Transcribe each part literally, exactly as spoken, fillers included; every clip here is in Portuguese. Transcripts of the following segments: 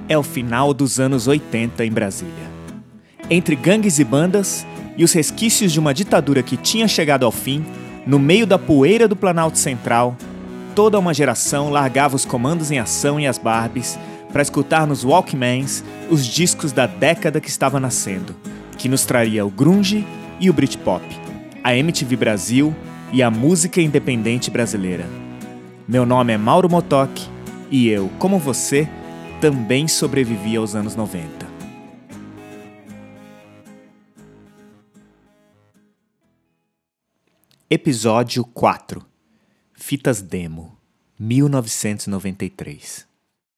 É o final dos anos oitenta em Brasília. Entre gangues e bandas e os resquícios de uma ditadura que tinha chegado ao fim, no meio da poeira do Planalto Central, toda uma geração largava os comandos em ação e as Barbies para escutar nos Walkmans os discos da década que estava nascendo, que nos traria o grunge e o Britpop, a M T V Brasil e a música independente brasileira. Meu nome é Mauro Motoc e eu, como você, também sobrevivi aos anos noventa. Episódio quatro. Fitas Demo, mil novecentos e noventa e três.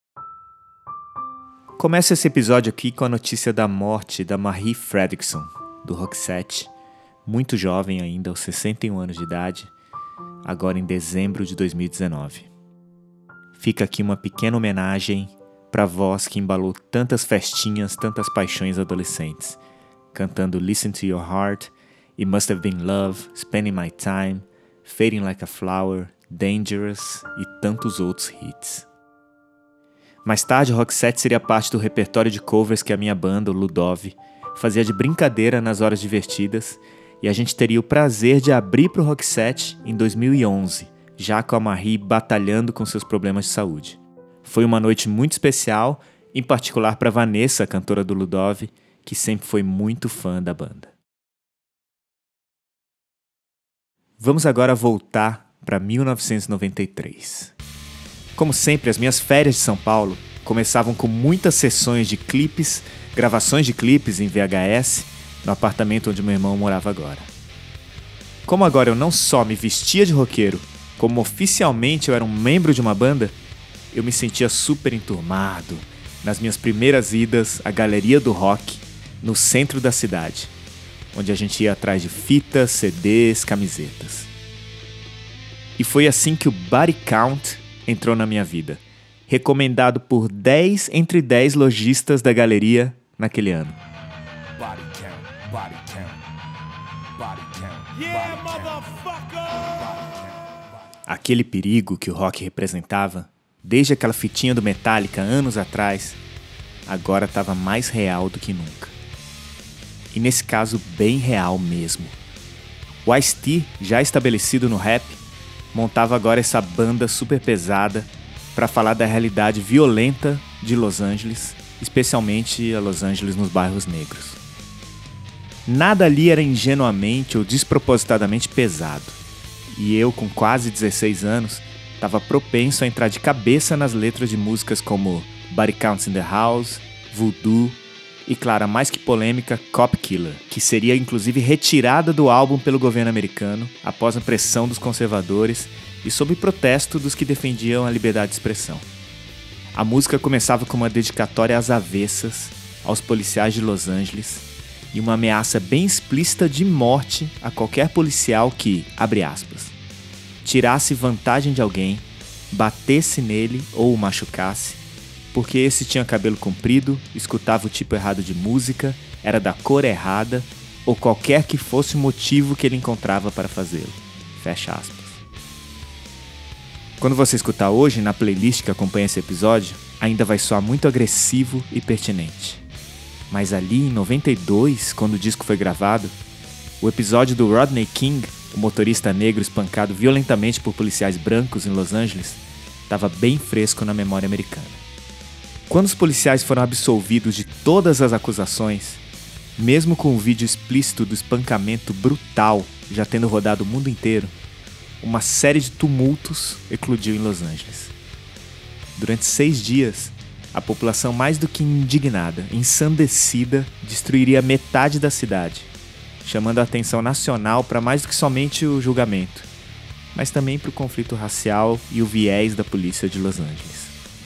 Começo esse episódio aqui com a notícia da morte da Marie Fredriksson, do Roxette, muito jovem ainda, aos sessenta e um anos de idade, agora em dezembro de dois mil e dezenove. Fica aqui uma pequena homenagem para a voz que embalou tantas festinhas, tantas paixões adolescentes, cantando Listen to Your Heart, It Must Have Been Love, Spending My Time, Fading Like a Flower, Dangerous e tantos outros hits. Mais tarde, o Roxette seria parte do repertório de covers que a minha banda, o Ludov, fazia de brincadeira nas horas divertidas, e a gente teria o prazer de abrir para o Roxette em dois mil e onze, já com a Marie batalhando com seus problemas de saúde. Foi uma noite muito especial, em particular para Vanessa, cantora do Ludov, que sempre foi muito fã da banda. Vamos agora voltar para mil novecentos e noventa e três. Como sempre, as minhas férias de São Paulo começavam com muitas sessões de clipes, gravações de clipes em V H S, no apartamento onde meu irmão morava agora. Como agora eu não só me vestia de roqueiro, como oficialmente eu era um membro de uma banda, eu me sentia super enturmado nas minhas primeiras idas à Galeria do Rock, no centro da cidade, onde a gente ia atrás de fitas, C Ds, camisetas. E foi assim que o Body Count entrou na minha vida, recomendado por dez entre dez lojistas da galeria naquele ano. Body count, body count, body count, yeah, motherfucker! Aquele perigo que o rock representava, desde aquela fitinha do Metallica anos atrás, agora estava mais real do que nunca. E nesse caso, bem real mesmo. O Ice-T, já estabelecido no rap, montava agora essa banda super pesada para falar da realidade violenta de Los Angeles, especialmente a Los Angeles nos bairros negros. Nada ali era ingenuamente ou despropositadamente pesado, e eu, com quase dezesseis anos, estava propenso a entrar de cabeça nas letras de músicas como Body Counts in the House, Voodoo e, claro, a mais que polêmica Cop Killer, que seria inclusive retirada do álbum pelo governo americano após a pressão dos conservadores e sob protesto dos que defendiam a liberdade de expressão. A música começava com uma dedicatória às avessas, aos policiais de Los Angeles e uma ameaça bem explícita de morte a qualquer policial que, abre aspas, tirasse vantagem de alguém, batesse nele ou o machucasse, porque esse tinha cabelo comprido, escutava o tipo errado de música, era da cor errada, ou qualquer que fosse o motivo que ele encontrava para fazê-lo. Fecha aspas. Quando você escutar hoje, na playlist que acompanha esse episódio, ainda vai soar muito agressivo e pertinente. Mas ali em noventa e dois, quando o disco foi gravado, o episódio do Rodney King, o motorista negro espancado violentamente por policiais brancos em Los Angeles, estava bem fresco na memória americana. Quando os policiais foram absolvidos de todas as acusações, mesmo com o vídeo explícito do espancamento brutal já tendo rodado o mundo inteiro, uma série de tumultos eclodiu em Los Angeles. Durante seis dias, a população mais do que indignada, ensandecida, destruiria metade da cidade, chamando a atenção nacional para mais do que somente o julgamento, mas também para o conflito racial e o viés da polícia de Los Angeles.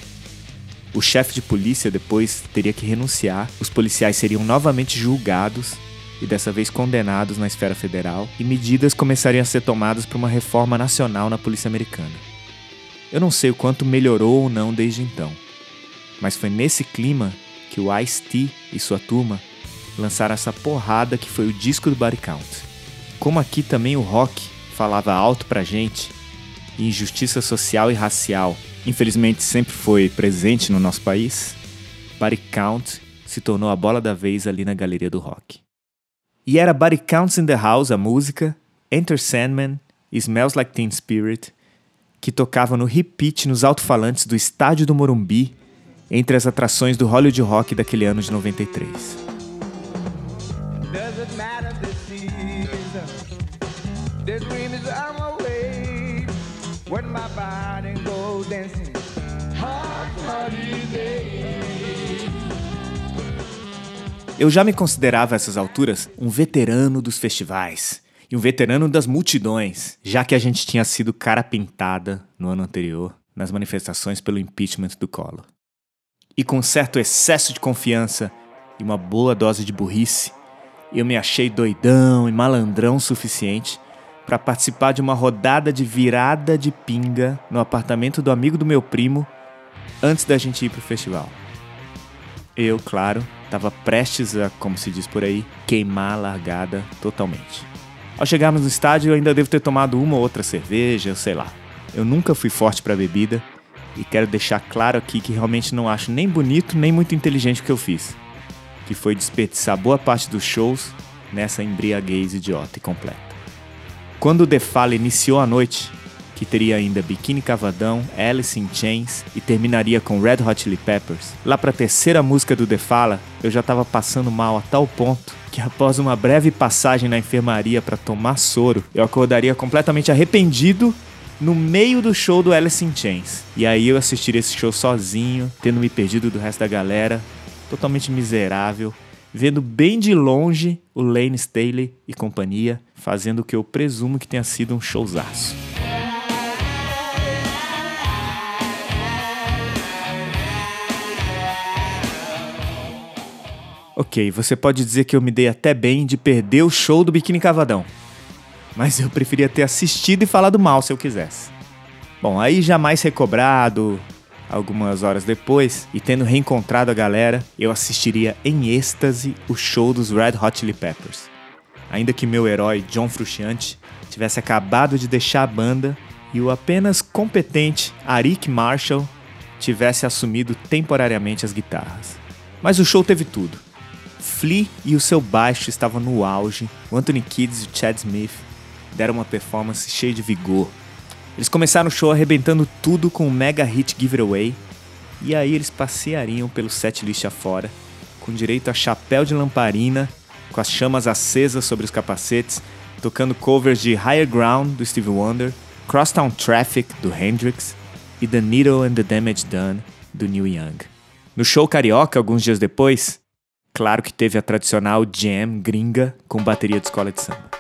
O chefe de polícia depois teria que renunciar, os policiais seriam novamente julgados e dessa vez condenados na esfera federal, e medidas começariam a ser tomadas para uma reforma nacional na polícia americana. Eu não sei o quanto melhorou ou não desde então, mas foi nesse clima que o Ice-T e sua turma lançaram essa porrada que foi o disco do Body Count. Como aqui também o rock falava alto pra gente, e injustiça social e racial infelizmente sempre foi presente no nosso país, Body Count se tornou a bola da vez ali na galeria do rock. E era Body Counts in the House, a música, Enter Sandman e Smells Like Teen Spirit, que tocava no repeat nos alto-falantes do estádio do Morumbi, entre as atrações do Hollywood Rock daquele ano de noventa e três. Eu já me considerava a essas alturas um veterano dos festivais e um veterano das multidões, já que a gente tinha sido cara pintada no ano anterior nas manifestações pelo impeachment do Collor. E com certo excesso de confiança e uma boa dose de burrice, eu me achei doidão e malandrão o suficiente para participar de uma rodada de virada de pinga no apartamento do amigo do meu primo antes da gente ir pro festival. Eu, claro, estava prestes a, como se diz por aí, queimar a largada totalmente. Ao chegarmos no estádio, eu ainda devo ter tomado uma ou outra cerveja, sei lá. Eu nunca fui forte para bebida e quero deixar claro aqui que realmente não acho nem bonito nem muito inteligente o que eu fiz, que foi desperdiçar boa parte dos shows nessa embriaguez idiota e completa. Quando o The Fall iniciou a noite, que teria ainda Biquíni Cavadão, Alice in Chains e terminaria com Red Hot Chili Peppers, lá pra terceira música do The Fall, eu já tava passando mal a tal ponto que após uma breve passagem na enfermaria para tomar soro, eu acordaria completamente arrependido no meio do show do Alice in Chains. E aí eu assistiria esse show sozinho, tendo me perdido do resto da galera, totalmente miserável, vendo bem de longe o Lane Staley e companhia, fazendo o que eu presumo que tenha sido um showzaço. Ok, você pode dizer que eu me dei até bem de perder o show do Biquíni Cavadão, mas eu preferia ter assistido e falado mal se eu quisesse. Bom, aí já mais recobrado, algumas horas depois, e tendo reencontrado a galera, eu assistiria em êxtase o show dos Red Hot Chili Peppers. Ainda que meu herói, John Frusciante, tivesse acabado de deixar a banda e o apenas competente Arik Marshall tivesse assumido temporariamente as guitarras. Mas o show teve tudo. Flea e o seu baixo estavam no auge, o Anthony Kiedis e o Chad Smith deram uma performance cheia de vigor. Eles começaram o show arrebentando tudo com o mega hit Give It Away, e aí eles passeariam pelo setlist afora, com direito a chapéu de lamparina, com as chamas acesas sobre os capacetes, tocando covers de Higher Ground, do Stevie Wonder, Crosstown Traffic, do Hendrix, e The Needle and the Damage Done, do Neil Young. No show carioca, alguns dias depois, claro que teve a tradicional jam gringa com bateria de escola de samba.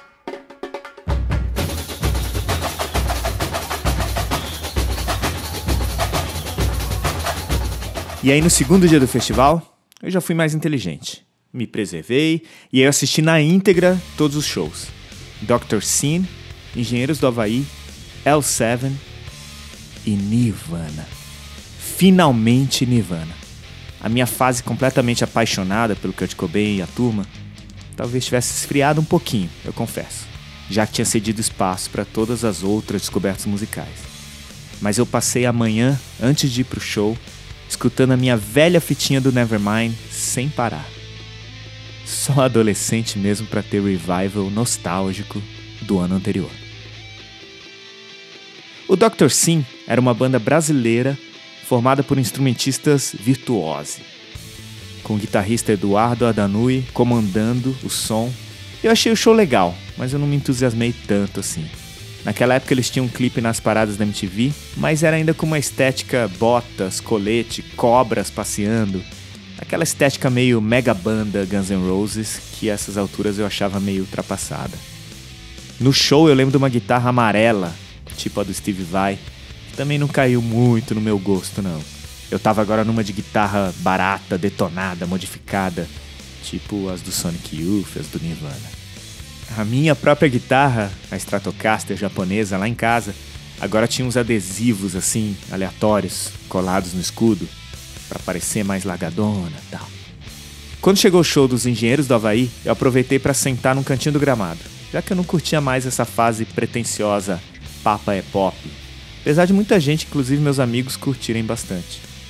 E aí no segundo dia do festival, eu já fui mais inteligente. Me preservei e aí eu assisti na íntegra todos os shows. doutor Sin, Engenheiros do Havaí, L sete e Nirvana. Finalmente Nirvana. A minha fase completamente apaixonada pelo Kurt Cobain e a turma talvez tivesse esfriado um pouquinho, eu confesso, já que tinha cedido espaço para todas as outras descobertas musicais. Mas eu passei a manhã, antes de ir pro show, escutando a minha velha fitinha do Nevermind sem parar. Só adolescente mesmo para ter o revival nostálgico do ano anterior. O doutor Sin era uma banda brasileira formada por instrumentistas virtuosi, com o guitarrista Eduardo Adanui comandando o som. Eu achei o show legal, mas eu não me entusiasmei tanto assim. Naquela época eles tinham um clipe nas paradas da M T V, mas era ainda com uma estética botas, colete, cobras passeando. Aquela estética meio mega banda Guns N' Roses, que a essas alturas eu achava meio ultrapassada. No show eu lembro de uma guitarra amarela, tipo a do Steve Vai, que também não caiu muito no meu gosto não. Eu tava agora numa de guitarra barata, detonada, modificada, tipo as do Sonic Youth, as do Nirvana. A minha própria guitarra, a Stratocaster japonesa lá em casa, agora tinha uns adesivos assim, aleatórios, colados no escudo, para parecer mais largadona e tal. Quando chegou o show dos Engenheiros do Havaí, eu aproveitei para sentar num cantinho do gramado, já que eu não curtia mais essa fase pretensiosa Papa é Pop, apesar de muita gente, inclusive meus amigos, curtirem bastante.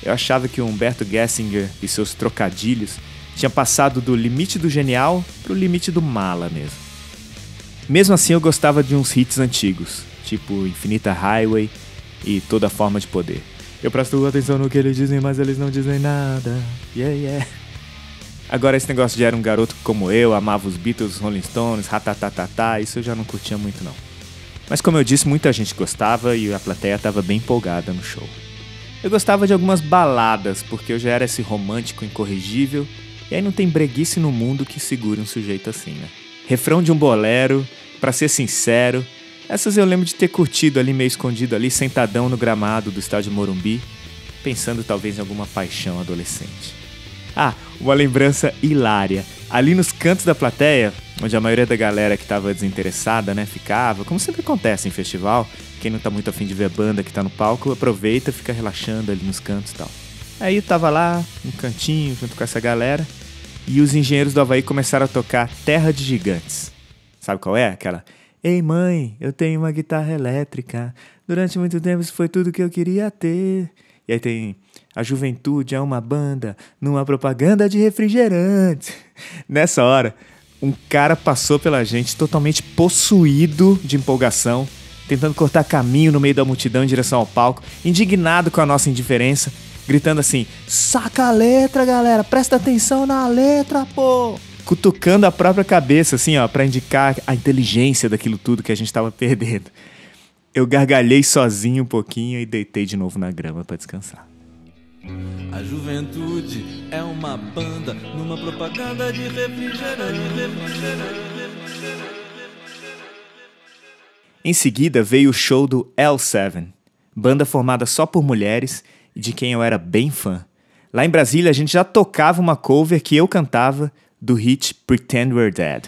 eu achava que o Humberto Gessinger e seus trocadilhos tinha passado do limite do genial pro limite do mala mesmo. Mesmo assim, eu gostava de uns hits antigos, tipo Infinita Highway e Toda Forma de Poder. Eu presto atenção no que eles dizem, mas eles não dizem nada. Yeah, yeah. Agora, esse negócio de era um garoto como eu, amava os Beatles, os Rolling Stones, ratatatatá, isso eu já não curtia muito não. Mas como eu disse, muita gente gostava e a plateia estava bem empolgada no show. Eu gostava de algumas baladas, porque eu já era esse romântico incorrigível, e aí não tem breguice no mundo que segure um sujeito assim, né? Refrão de um bolero, pra ser sincero, essas eu lembro de ter curtido ali meio escondido ali, sentadão no gramado do estádio Morumbi, pensando talvez em alguma paixão adolescente. Ah, uma lembrança hilária. Ali nos cantos da plateia, onde a maioria da galera que estava desinteressada, né, ficava, como sempre acontece em festival, quem não tá muito afim de ver a banda que tá no palco, aproveita, fica relaxando ali nos cantos e tal. Aí eu tava lá, no cantinho, junto com essa galera, e os Engenheiros do Havaí começaram a tocar Terra de Gigantes. Sabe qual é? Aquela... Ei mãe, eu tenho uma guitarra elétrica, durante muito tempo isso foi tudo que eu queria ter. E aí tem... A juventude é uma banda numa propaganda de refrigerante. Nessa hora, um cara passou pela gente totalmente possuído de empolgação, tentando cortar caminho no meio da multidão em direção ao palco, indignado com a nossa indiferença, gritando assim, saca a letra, galera, presta atenção na letra, pô! Cutucando a própria cabeça, assim, ó, pra indicar a inteligência daquilo tudo que a gente tava perdendo. Eu gargalhei sozinho um pouquinho e deitei de novo na grama pra descansar. A juventude é uma banda numa propaganda de refrigerante. Em seguida veio o show do L sete, banda formada só por mulheres e de quem eu era bem fã. Lá em Brasília a gente já tocava uma cover que eu cantava do hit Pretend We're Dead.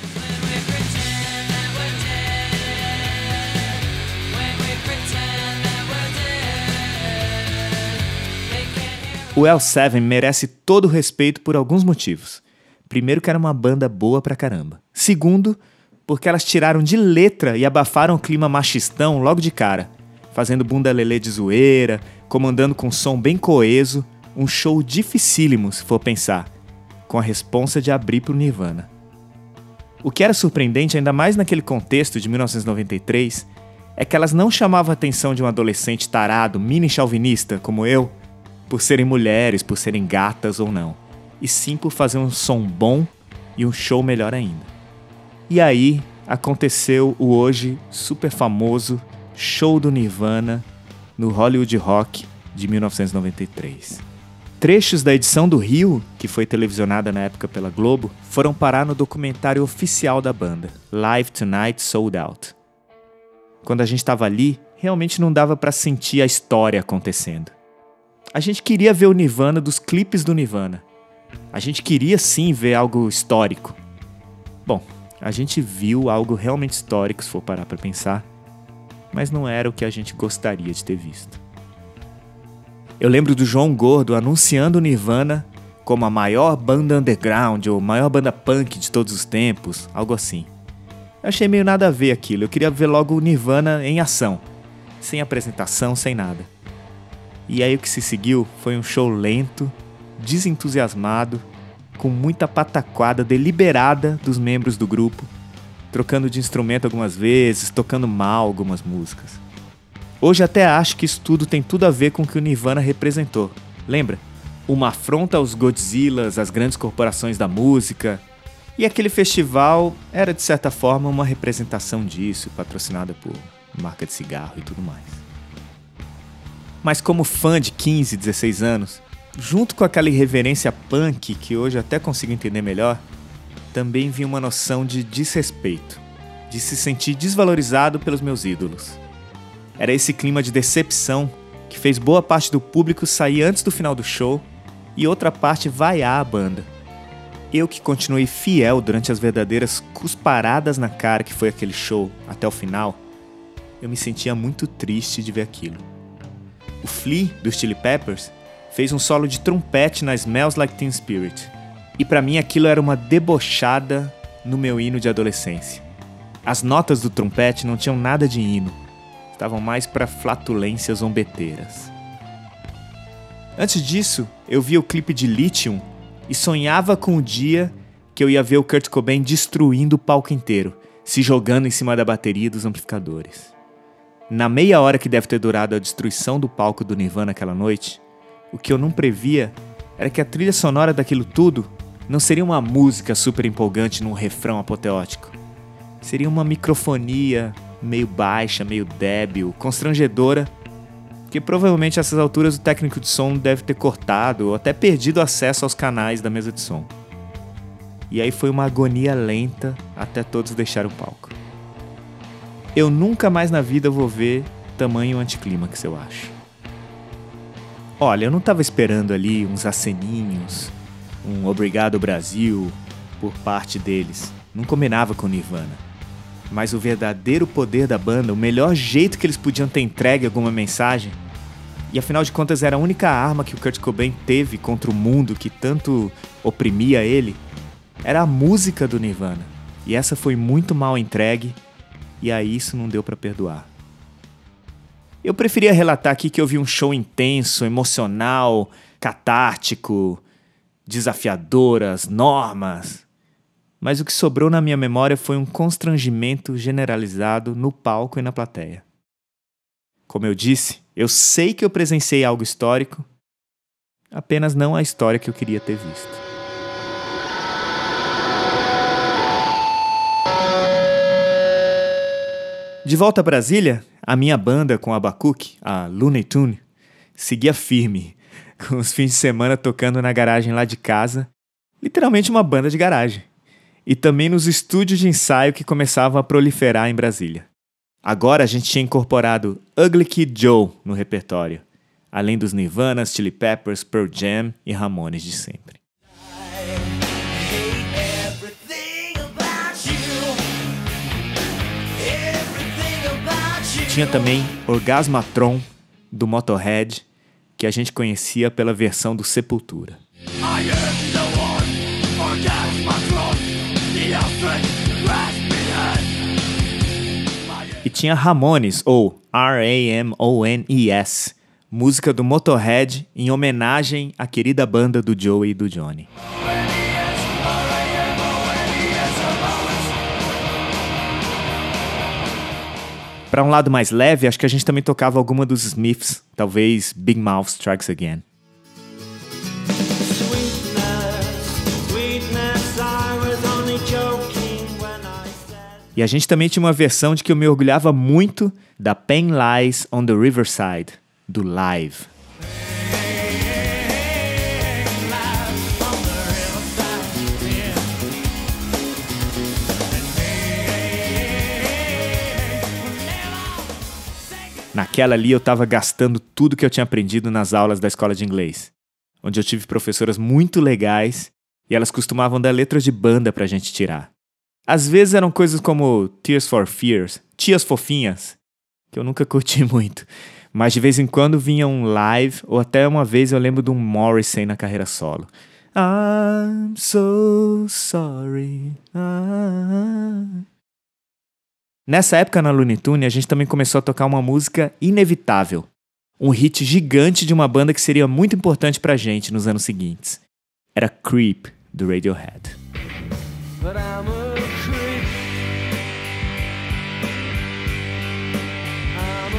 O L sete merece todo o respeito por alguns motivos. Primeiro, que era uma banda boa pra caramba. Segundo, porque elas tiraram de letra e abafaram o clima machistão logo de cara, fazendo bunda lelê de zoeira, comandando com um som bem coeso, um show dificílimo, se for pensar, com a responsa de abrir pro Nirvana. O que era surpreendente, ainda mais naquele contexto de mil novecentos e noventa e três, é que elas não chamavam a atenção de um adolescente tarado, mini chauvinista como eu, por serem mulheres, por serem gatas ou não, e sim por fazer um som bom e um show melhor ainda. E aí aconteceu o hoje super famoso show do Nirvana no Hollywood Rock de mil novecentos e noventa e três. Trechos da edição do Rio, que foi televisionada na época pela Globo, foram parar no documentário oficial da banda, Live Tonight Sold Out. Quando a gente estava ali, realmente não dava para sentir a história acontecendo. A gente queria ver o Nirvana dos clipes do Nirvana. A gente queria sim ver algo histórico. Bom, a gente viu algo realmente histórico, se for parar pra pensar, mas não era o que a gente gostaria de ter visto. Eu lembro do João Gordo anunciando o Nirvana como a maior banda underground ou maior banda punk de todos os tempos, algo assim. Eu achei meio nada a ver aquilo, eu queria ver logo o Nirvana em ação, sem apresentação, sem nada. E aí o que se seguiu foi um show lento, desentusiasmado, com muita pataquada deliberada dos membros do grupo, trocando de instrumento algumas vezes, tocando mal algumas músicas. Hoje até acho que isso tudo tem tudo a ver com o que o Nirvana representou. Lembra? Uma afronta aos Godzillas, às grandes corporações da música. E aquele festival era, de certa forma, uma representação disso, patrocinada por marca de cigarro e tudo mais. Mas como fã de quinze, dezesseis anos, junto com aquela irreverência punk que hoje até consigo entender melhor, também vi uma noção de desrespeito, de se sentir desvalorizado pelos meus ídolos. Era esse clima de decepção que fez boa parte do público sair antes do final do show e outra parte vaiar a banda. Eu que continuei fiel durante as verdadeiras cusparadas na cara que foi aquele show até o final, eu me sentia muito triste de ver aquilo. O Flea, dos Chili Peppers, fez um solo de trompete na Smells Like Teen Spirit. E pra mim aquilo era uma debochada no meu hino de adolescência. As notas do trompete não tinham nada de hino. Estavam mais pra flatulências zombeteiras. Antes disso, eu via o clipe de Lithium e sonhava com o dia que eu ia ver o Kurt Cobain destruindo o palco inteiro, se jogando em cima da bateria e dos amplificadores. Na meia hora que deve ter durado a destruição do palco do Nirvana aquela noite, o que eu não previa era que a trilha sonora daquilo tudo não seria uma música super empolgante num refrão apoteótico. Seria uma microfonia meio baixa, meio débil, constrangedora, que provavelmente a essas alturas o técnico de som deve ter cortado ou até perdido acesso aos canais da mesa de som. E aí foi uma agonia lenta até todos deixarem o palco. Eu nunca mais na vida vou ver tamanho anticlímax, eu acho. Olha, eu não estava esperando ali uns aceninhos, um obrigado Brasil por parte deles. Não combinava com Nirvana. Mas o verdadeiro poder da banda, o melhor jeito que eles podiam ter entregue alguma mensagem, e afinal de contas era a única arma que o Kurt Cobain teve contra o mundo que tanto oprimia ele, era a música do Nirvana. E essa foi muito mal entregue, e aí isso não deu pra perdoar. Eu preferia relatar aqui que eu vi um show intenso, emocional, catártico, desafiador às normas. Mas o que sobrou na minha memória foi um constrangimento generalizado no palco e na plateia. Como eu disse, eu sei que eu presenciei algo histórico, apenas não a história que eu queria ter visto. De volta a Brasília, a minha banda com a Abacuque, a Looney Tune, seguia firme, com os fins de semana tocando na garagem lá de casa, literalmente uma banda de garagem. E também nos estúdios de ensaio que começavam a proliferar em Brasília. Agora a gente tinha incorporado Ugly Kid Joe no repertório, além dos Nirvana, Chili Peppers, Pearl Jam e Ramones de sempre. Tinha também Orgasmatron, do Motorhead, que a gente conhecia pela versão do Sepultura. E tinha Ramones, ou R A M O N E S, música do Motorhead em homenagem à querida banda do Joey e do Johnny. Para um lado mais leve, acho que a gente também tocava alguma dos Smiths, talvez Big Mouth Strikes Again. E a gente também tinha uma versão de que eu me orgulhava muito da Pain Lies on the Riverside, do Live. Naquela ali eu estava gastando tudo que eu tinha aprendido nas aulas da escola de inglês, onde eu tive professoras muito legais e elas costumavam dar letras de banda pra gente tirar. Às vezes eram coisas como Tears for Fears, Tias Fofinhas, que eu nunca curti muito, mas de vez em quando vinha um live, ou até uma vez eu lembro de um Morrissey na carreira solo. I'm so sorry. I'm... Nessa época na Looney Tune a gente também começou a tocar uma música inevitável, um hit gigante de uma banda que seria muito importante pra gente nos anos seguintes. Era Creep, do Radiohead. But I'm a creep. I'm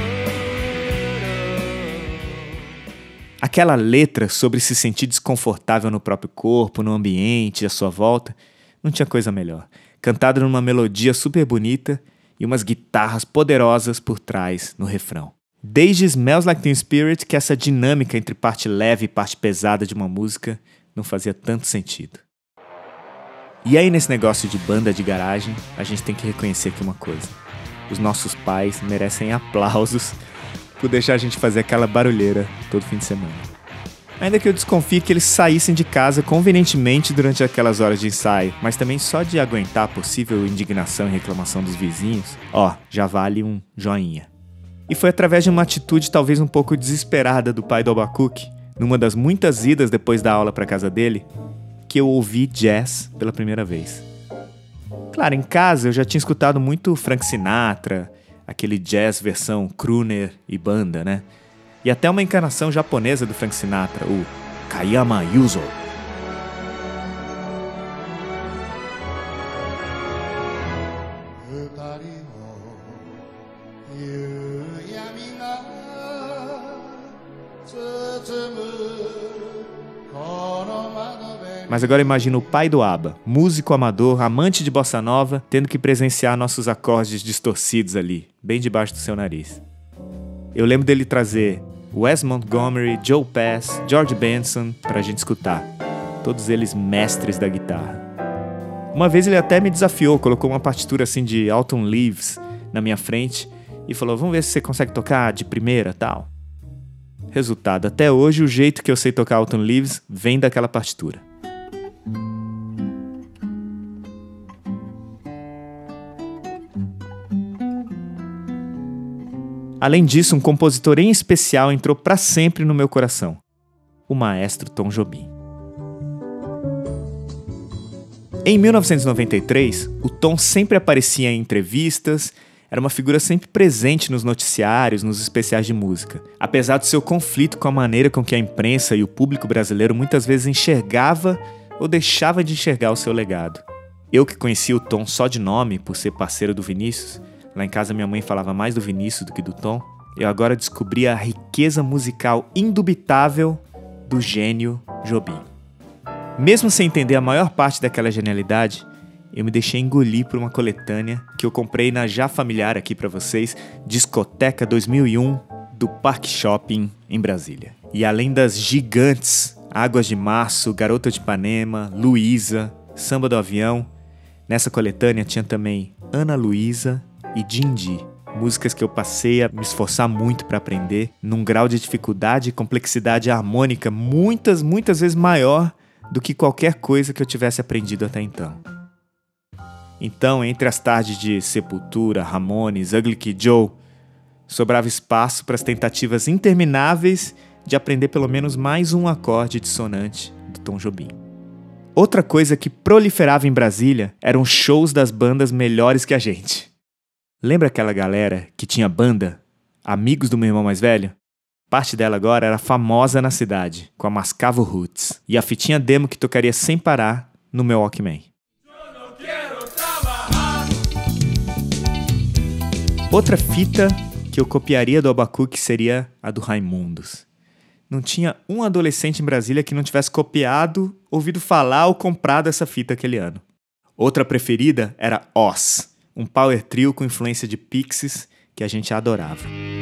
a... Aquela letra sobre se sentir desconfortável no próprio corpo, no ambiente, à sua volta, não tinha coisa melhor. Cantada numa melodia super bonita e umas guitarras poderosas por trás no refrão. Desde Smells Like Teen Spirit que essa dinâmica entre parte leve e parte pesada de uma música não fazia tanto sentido. E aí nesse negócio de banda de garagem, a gente tem que reconhecer aqui uma coisa. Os nossos pais merecem aplausos por deixar a gente fazer aquela barulheira todo fim de semana. Ainda que eu desconfie que eles saíssem de casa convenientemente durante aquelas horas de ensaio, mas também só de aguentar a possível indignação e reclamação dos vizinhos, ó, já vale um joinha. E foi através de uma atitude talvez um pouco desesperada do pai do Abacuque, numa das muitas idas depois da aula para casa dele, que eu ouvi jazz pela primeira vez. Claro, em casa eu já tinha escutado muito Frank Sinatra, aquele jazz versão crooner e banda, né? e até uma encarnação japonesa do Frank Sinatra, o Kayama Yuzo. Mas agora imagina o pai do ABBA, músico amador, amante de bossa nova, tendo que presenciar nossos acordes distorcidos ali, bem debaixo do seu nariz. Eu lembro dele trazer Wes Montgomery, Joe Pass, George Benson pra gente escutar. Todos eles mestres da guitarra. Uma vez ele até me desafiou, colocou uma partitura assim de Autumn Leaves na minha frente e falou, vamos ver se você consegue tocar de primeira, tal. Resultado, até hoje o jeito que eu sei tocar Autumn Leaves vem daquela partitura. Além disso, um compositor em especial entrou para sempre no meu coração, o maestro Tom Jobim. Em mil novecentos e noventa e três, o Tom sempre aparecia em entrevistas, era uma figura sempre presente nos noticiários, nos especiais de música. Apesar do seu conflito com a maneira com que a imprensa e o público brasileiro muitas vezes enxergava ou deixava de enxergar o seu legado. Eu que conhecia o Tom só de nome, por ser parceiro do Vinícius, lá em casa minha mãe falava mais do Vinícius do que do Tom, eu agora descobri a riqueza musical indubitável do gênio Jobim. Mesmo sem entender a maior parte daquela genialidade, eu me deixei engolir por uma coletânea que eu comprei na já familiar aqui pra vocês, Discoteca dois mil e um, do Parque Shopping, em Brasília. E além das gigantes Águas de Março, Garota de Ipanema, Luísa, Samba do Avião, nessa coletânea tinha também Ana Luísa e Dindi, músicas que eu passei a me esforçar muito para aprender, num grau de dificuldade e complexidade harmônica muitas, muitas vezes maior do que qualquer coisa que eu tivesse aprendido até então. Então, entre as tardes de Sepultura, Ramones, Ugly Kid Joe, sobrava espaço para as tentativas intermináveis de aprender pelo menos mais um acorde dissonante do Tom Jobim. Outra coisa que proliferava em Brasília eram shows das bandas melhores que a gente. Lembra aquela galera que tinha banda? Amigos do meu irmão mais velho? Parte dela agora era famosa na cidade, com a Mascavo Roots, e a fitinha demo que tocaria sem parar no meu Walkman. Outra fita que eu copiaria do Abacuque seria a do Raimundos. Não tinha um adolescente em Brasília que não tivesse copiado, ouvido falar ou comprado essa fita aquele ano. Outra preferida era Oz, um power trio com influência de Pixies que a gente adorava.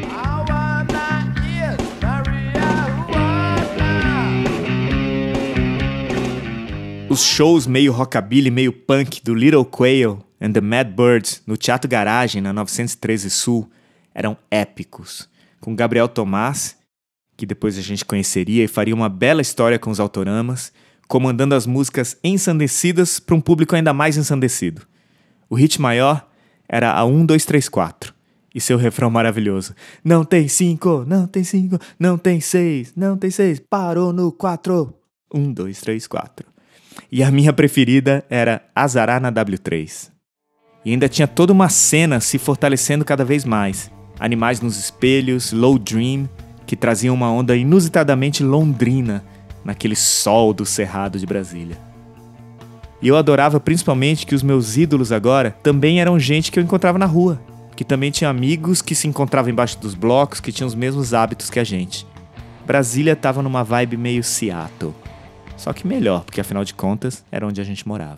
Os shows meio rockabilly, meio punk do Little Quail and the Mad Birds no Teatro Garagem, na novecentos e treze Sul, eram épicos, com Gabriel Tomás, que depois a gente conheceria e faria uma bela história com os autoramas, comandando as músicas ensandecidas para um público ainda mais ensandecido. O hit maior era a um, dois, três, quatro, e seu refrão maravilhoso. Não tem cinco, não tem cinco, não tem seis, não tem seis, parou no quatro. um, dois, três, quatro. E a minha preferida era Azará na dáblio três. E ainda tinha toda uma cena se fortalecendo cada vez mais. Animais nos espelhos, Low Dream, que traziam uma onda inusitadamente londrina naquele sol do Cerrado de Brasília. E eu adorava principalmente que os meus ídolos agora também eram gente que eu encontrava na rua, que também tinha amigos que se encontravam embaixo dos blocos, que tinham os mesmos hábitos que a gente. Brasília estava numa vibe meio Seattle. Só que melhor, porque afinal de contas era onde a gente morava.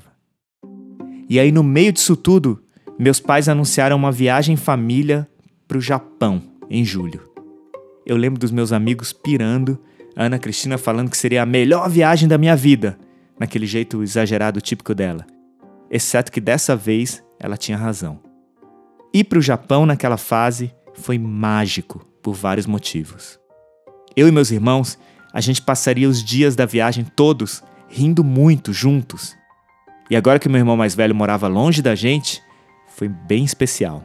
E aí no meio disso tudo, meus pais anunciaram uma viagem em família para o Japão, em julho. Eu lembro dos meus amigos pirando, a Ana Cristina falando que seria a melhor viagem da minha vida, naquele jeito exagerado típico dela. Exceto que dessa vez ela tinha razão. Ir para o Japão naquela fase foi mágico por vários motivos. Eu e meus irmãos, a gente passaria os dias da viagem todos rindo muito juntos. E agora que meu irmão mais velho morava longe da gente, foi bem especial.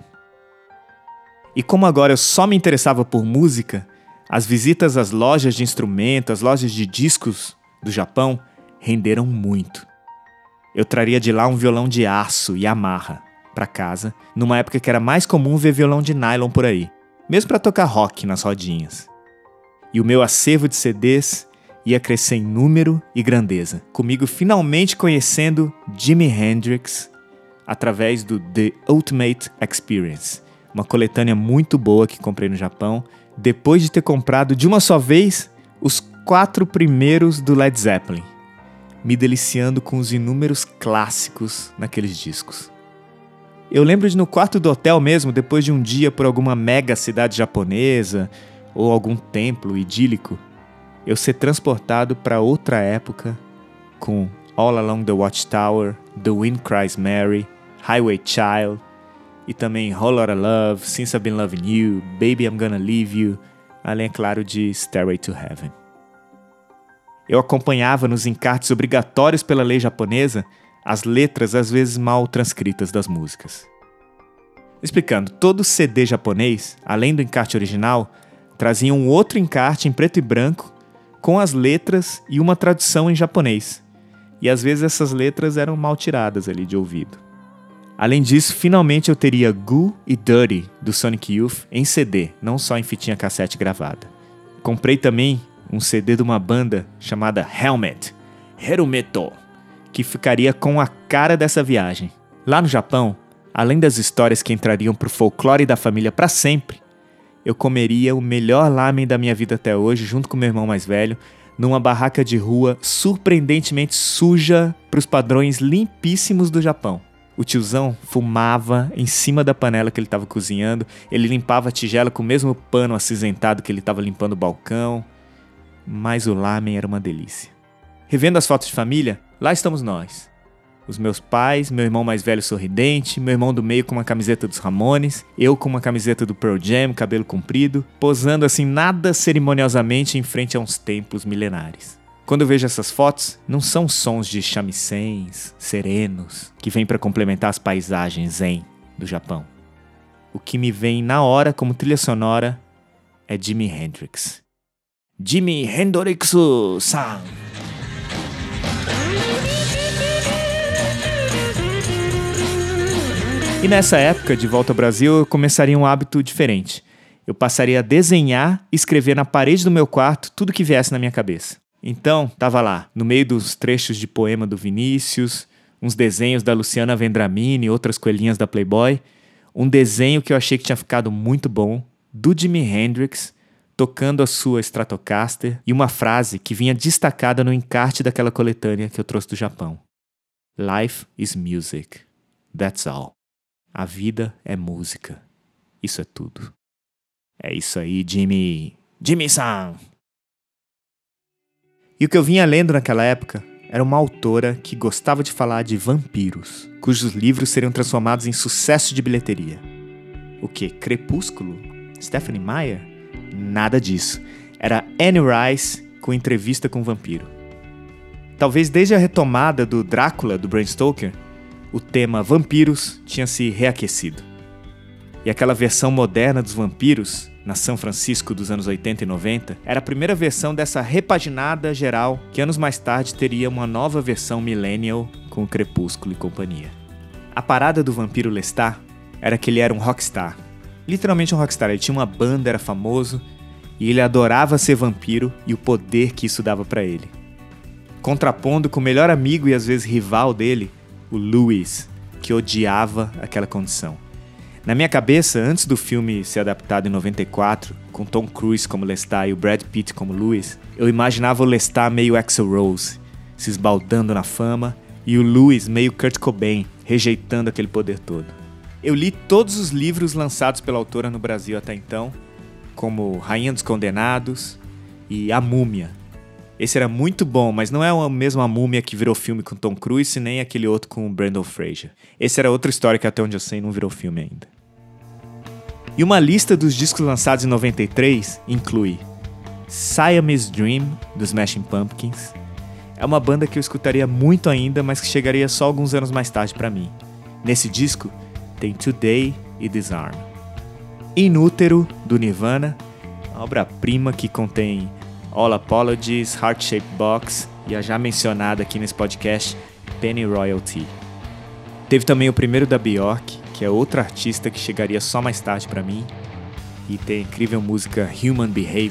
E como agora eu só me interessava por música, as visitas às lojas de instrumentos, às lojas de discos do Japão renderam muito. Eu traria de lá um violão de aço Yamaha para casa, numa época que era mais comum ver violão de nylon por aí, mesmo para tocar rock nas rodinhas. E o meu acervo de C Ds ia crescer em número e grandeza, comigo finalmente conhecendo Jimi Hendrix através do The Ultimate Experience, uma coletânea muito boa que comprei no Japão, depois de ter comprado de uma só vez os quatro primeiros do Led Zeppelin, me deliciando com os inúmeros clássicos naqueles discos. Eu lembro de no quarto do hotel mesmo, depois de um dia por alguma mega cidade japonesa ou algum templo idílico, eu ser transportado para outra época com All Along the Watchtower, The Wind Cries Mary, Highway Child e também Whole Lotta Love, Since I've Been Loving You, Baby I'm Gonna Leave You, além, é claro, de Stairway to Heaven. Eu acompanhava nos encartes obrigatórios pela lei japonesa as letras às vezes mal transcritas das músicas. Explicando, todo C D japonês, além do encarte original, trazia um outro encarte em preto e branco com as letras e uma tradução em japonês. E às vezes essas letras eram mal tiradas ali de ouvido. Além disso, finalmente eu teria Goo e Dirty, do Sonic Youth, em C D, não só em fitinha cassete gravada. Comprei também um C D de uma banda chamada Helmet, Herumeto, que ficaria com a cara dessa viagem. Lá no Japão, além das histórias que entrariam pro folclore da família para sempre, eu comeria o melhor lamen da minha vida até hoje, junto com meu irmão mais velho, numa barraca de rua surpreendentemente suja pros padrões limpíssimos do Japão. O tiozão fumava em cima da panela que ele estava cozinhando, ele limpava a tigela com o mesmo pano acinzentado que ele estava limpando o balcão, mas o lamen era uma delícia. Revendo as fotos de família, lá estamos nós. Os meus pais, meu irmão mais velho sorridente, meu irmão do meio com uma camiseta dos Ramones, eu com uma camiseta do Pearl Jam, cabelo comprido, posando assim nada cerimoniosamente em frente a uns templos milenares. Quando eu vejo essas fotos, não são sons de shamisen, serenos, que vêm para complementar as paisagens zen do Japão. O que me vem na hora como trilha sonora é Jimi Hendrix. Jimi Hendrix-san! E nessa época, de volta ao Brasil, eu começaria um hábito diferente. Eu passaria a desenhar e escrever na parede do meu quarto tudo que viesse na minha cabeça. Então, tava lá, no meio dos trechos de poema do Vinícius, uns desenhos da Luciana Vendramini e outras coelhinhas da Playboy, um desenho que eu achei que tinha ficado muito bom, do Jimi Hendrix, tocando a sua Stratocaster, e uma frase que vinha destacada no encarte daquela coletânea que eu trouxe do Japão. Life is music. That's all. A vida é música. Isso é tudo. É isso aí, Jimmy. Jimmy-san! E o que eu vinha lendo naquela época era uma autora que gostava de falar de vampiros, cujos livros seriam transformados em sucesso de bilheteria. O quê? Crepúsculo? Stephenie Meyer? Nada disso. Era Anne Rice com entrevista com um vampiro. Talvez desde a retomada do Drácula, do Bram Stoker, o tema vampiros tinha se reaquecido. E aquela versão moderna dos vampiros, na São Francisco dos anos oitenta e noventa, era a primeira versão dessa repaginada geral que anos mais tarde teria uma nova versão millennial com o Crepúsculo e companhia. A parada do vampiro Lestat era que ele era um rockstar. Literalmente um rockstar. Ele tinha uma banda, era famoso, e ele adorava ser vampiro e o poder que isso dava pra ele. Contrapondo com o melhor amigo e às vezes rival dele, o Louis, que odiava aquela condição. Na minha cabeça, antes do filme ser adaptado em noventa e quatro, com Tom Cruise como Lestat e o Brad Pitt como Louis, eu imaginava o Lestat meio Axl Rose, se esbaldando na fama, e o Louis meio Kurt Cobain, rejeitando aquele poder todo. Eu li todos os livros lançados pela autora no Brasil até então, como Rainha dos Condenados e A Múmia. Esse era muito bom, mas não é a mesma Múmia que virou filme com Tom Cruise, nem aquele outro com o Brendan Fraser. Esse era outra história que até onde eu sei não virou filme ainda. E uma lista dos discos lançados em noventa e três inclui Siamese Dream, dos Smashing Pumpkins. É uma banda que eu escutaria muito ainda, mas que chegaria só alguns anos mais tarde pra mim. Nesse disco tem Today e Disarm. In Utero, do Nirvana, uma obra-prima que contém All Apologies, Heart Shaped Box e a já mencionada aqui nesse podcast, Penny Royalty. Teve também o primeiro da Bjork, que é outra artista que chegaria só mais tarde pra mim, e tem a incrível música Human Behavior,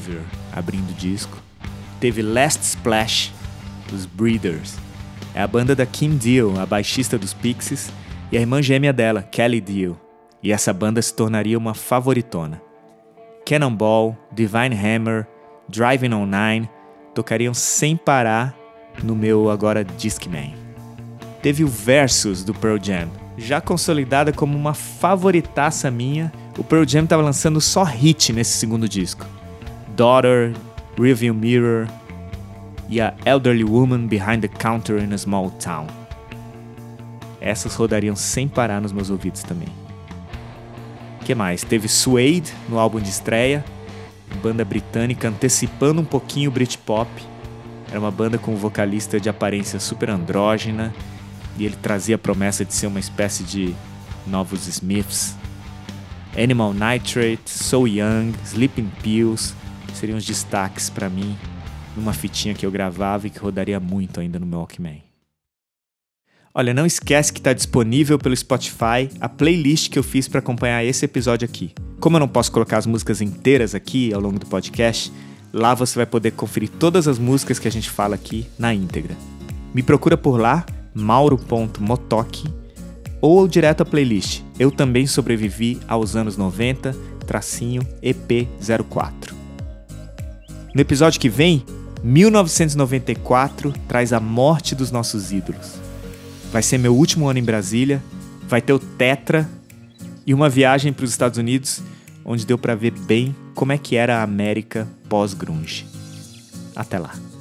abrindo o disco. Teve Last Splash, dos Breeders. É a banda da Kim Deal, a baixista dos Pixies, e a irmã gêmea dela, Kelly Deal. E essa banda se tornaria uma favoritona. Cannonball, Divine Hammer, Driving on Nine tocariam sem parar no meu agora Discman. Teve o Versus do Pearl Jam, já consolidada como uma favoritaça minha. O Pearl Jam estava lançando só hit nesse segundo disco. Daughter, Rearview Mirror e a Elderly Woman Behind the Counter in a Small Town. Essas rodariam sem parar nos meus ouvidos também. O que mais? Teve Suede no álbum de estreia, banda britânica antecipando um pouquinho o Britpop. Era uma banda com um vocalista de aparência super andrógena e ele trazia a promessa de ser uma espécie de novos Smiths. Animal Nitrate, So Young, Sleeping Pills seriam os destaques pra mim numa fitinha que eu gravava e que rodaria muito ainda no meu Walkman. Olha, não esquece que está disponível pelo Spotify a playlist que eu fiz para acompanhar esse episódio aqui. Como eu não posso colocar as músicas inteiras aqui ao longo do podcast, lá você vai poder conferir todas as músicas que a gente fala aqui na íntegra. Me procura por lá, mauro ponto motoki, ou direto à playlist Eu Também Sobrevivi aos Anos noventa, tracinho E P zero quatro. No episódio que vem, mil novecentos e noventa e quatro traz a morte dos nossos ídolos. Vai ser meu último ano em Brasília, vai ter o Tetra e uma viagem para os Estados Unidos, onde deu para ver bem como é que era a América pós-grunge. Até lá.